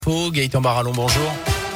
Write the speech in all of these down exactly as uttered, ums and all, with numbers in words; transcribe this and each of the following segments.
Pau, Gaëtan Barallon, bonjour.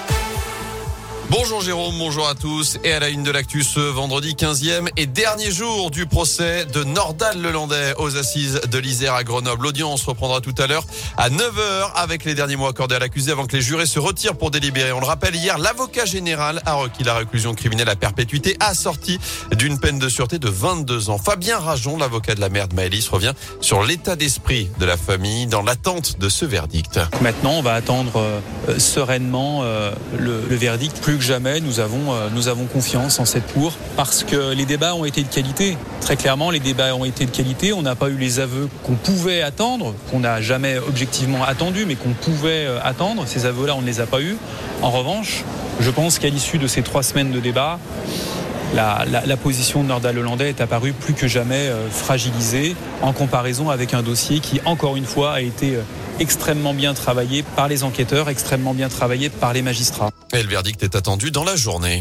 Bonjour Jérôme, bonjour à tous. Et à la une de l'actu ce vendredi quinzième et dernier jour du procès de Nordal-Lelandais aux assises de l'Isère à Grenoble. L'audience reprendra tout à l'heure à neuf heures avec les derniers mots accordés à l'accusé avant que les jurés se retirent pour délibérer. On le rappelle, hier, l'avocat général a requis la réclusion criminelle à perpétuité assortie d'une peine de sûreté de vingt-deux ans. Fabien Rajon, l'avocat de la mère de Maëlys, revient sur l'état d'esprit de la famille dans l'attente de ce verdict. Maintenant, on va attendre euh, sereinement euh, le, le verdict. Plus que jamais, nous avons, euh, nous avons confiance en cette cour parce que les débats ont été de qualité. Très clairement, les débats ont été de qualité. On n'a pas eu les aveux qu'on pouvait attendre, qu'on n'a jamais objectivement attendu, mais qu'on pouvait euh, attendre. Ces aveux-là, on ne les a pas eus. En revanche, je pense qu'à l'issue de ces trois semaines de débat, La, la, la position de Nordal-Lelandais est apparue plus que jamais euh, fragilisée en comparaison avec un dossier qui, encore une fois, a été euh, extrêmement bien travaillé par les enquêteurs, extrêmement bien travaillé par les magistrats. Et le verdict est attendu dans la journée.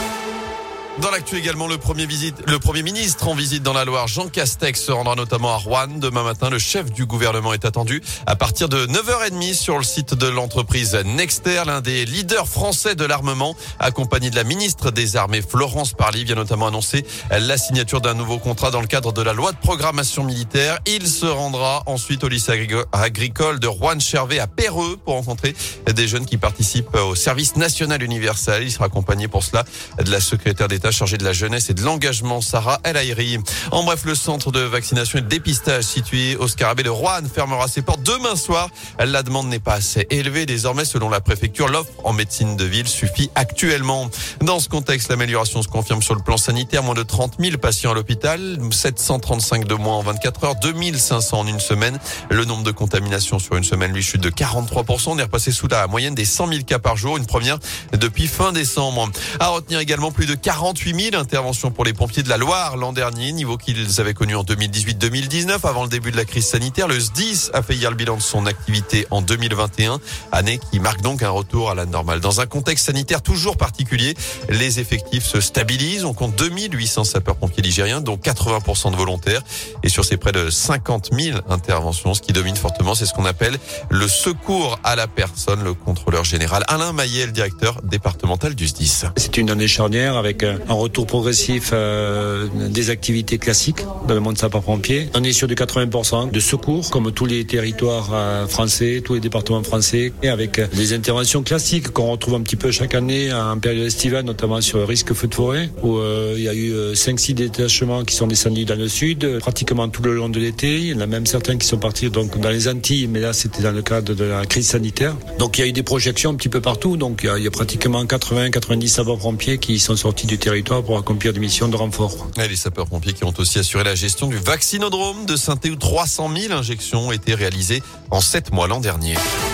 Dans l'actu également, le premier, visite, le premier ministre en visite dans la Loire, Jean Castex, se rendra notamment à Roanne. Demain matin, le chef du gouvernement est attendu à partir de neuf heures trente sur le site de l'entreprise Nexter. L'un des leaders français de l'armement, accompagné de la ministre des Armées, Florence Parly, vient notamment annoncer la signature d'un nouveau contrat dans le cadre de la loi de programmation militaire. Il se rendra ensuite au lycée agricole de Roanne-Chervé à Perreux pour rencontrer des jeunes qui participent au service national universel. Il sera accompagné pour cela de la secrétaire d'État chargée de la jeunesse et de l'engagement, Sarah El Haïry. En bref, le centre de vaccination et de dépistage situé au Scarabée de Roanne fermera ses portes demain soir. La demande n'est pas assez élevée. Désormais, selon la préfecture, l'offre en médecine de ville suffit actuellement. Dans ce contexte, l'amélioration se confirme sur le plan sanitaire. Moins de trente mille patients à l'hôpital, sept cent trente-cinq de moins en vingt-quatre heures, deux mille cinq cents en une semaine. Le nombre de contaminations sur une semaine, lui, chute de quarante-trois pour cent. On est repassé sous la moyenne des cent mille cas par jour, une première depuis fin décembre. À retenir également plus de quarante-huit mille interventions pour les pompiers de la Loire l'an dernier, niveau qu'ils avaient connu en deux mille dix-huit deux mille dix-neuf avant le début de la crise sanitaire. Le S D I S a fait hier le bilan de son activité en deux mille vingt et un, année qui marque donc un retour à la normale. Dans un contexte sanitaire toujours particulier, les effectifs se stabilisent. On compte deux mille huit cents sapeurs-pompiers ligériens, dont quatre-vingts pour cent de volontaires. Et sur ces près de cinquante mille interventions, ce qui domine fortement, c'est ce qu'on appelle le secours à la personne. Le contrôleur général Alain Maillet, le directeur départemental du S D I S. C'est une année charnière avec un retour progressif euh, des activités classiques dans le monde sapeur-pompier. On est sur du quatre-vingts pour cent de secours, comme tous les territoires euh, français, tous les départements français, et avec euh, des interventions classiques qu'on retrouve un petit peu chaque année en période estivale, notamment sur le risque feu de forêt, où euh, il y a eu euh, cinq six détachements qui sont descendus dans le sud, euh, pratiquement tout le long de l'été. Il y en a même certains qui sont partis donc dans les Antilles, mais là c'était dans le cadre de la crise sanitaire. Donc il y a eu des projections un petit peu partout, donc il y a, il y a pratiquement quatre-vingts quatre-vingt-dix sapeurs-pompiers qui sont sortis du territoire pour accomplir des missions de renfort. Et les sapeurs-pompiers qui ont aussi assuré la gestion du vaccinodrome de Saint-Thé où trois cent mille injections ont été réalisées en sept mois l'an dernier.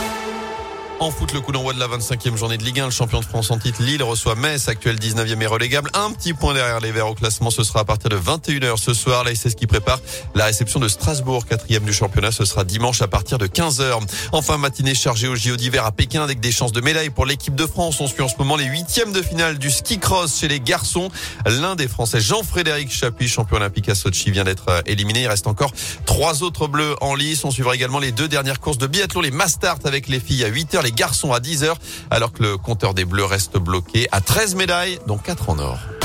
En foot, le coup d'envoi de la vingt-cinquième journée de Ligue un. Le champion de France en titre, Lille, reçoit Metz, actuel dix-neuvième et relégable. Un petit point derrière les Verts au classement. Ce sera à partir de vingt et une heures ce soir. La S S qui prépare la réception de Strasbourg, quatrième du championnat. Ce sera dimanche à partir de quinze heures. Enfin, matinée chargée au J O d'hiver à Pékin avec des chances de médaille pour l'équipe de France. On suit en ce moment les huitièmes de finale du ski cross chez les garçons. L'un des Français, Jean-Frédéric Chapuis, champion olympique à Sochi, vient d'être éliminé. Il reste encore trois autres bleus en lice. On suivra également les deux dernières courses de biathlon, les Mastart avec les filles à huit heures, les garçons à dix heures. Alors que le compteur des Bleus reste bloqué à treize médailles, dont quatre en or.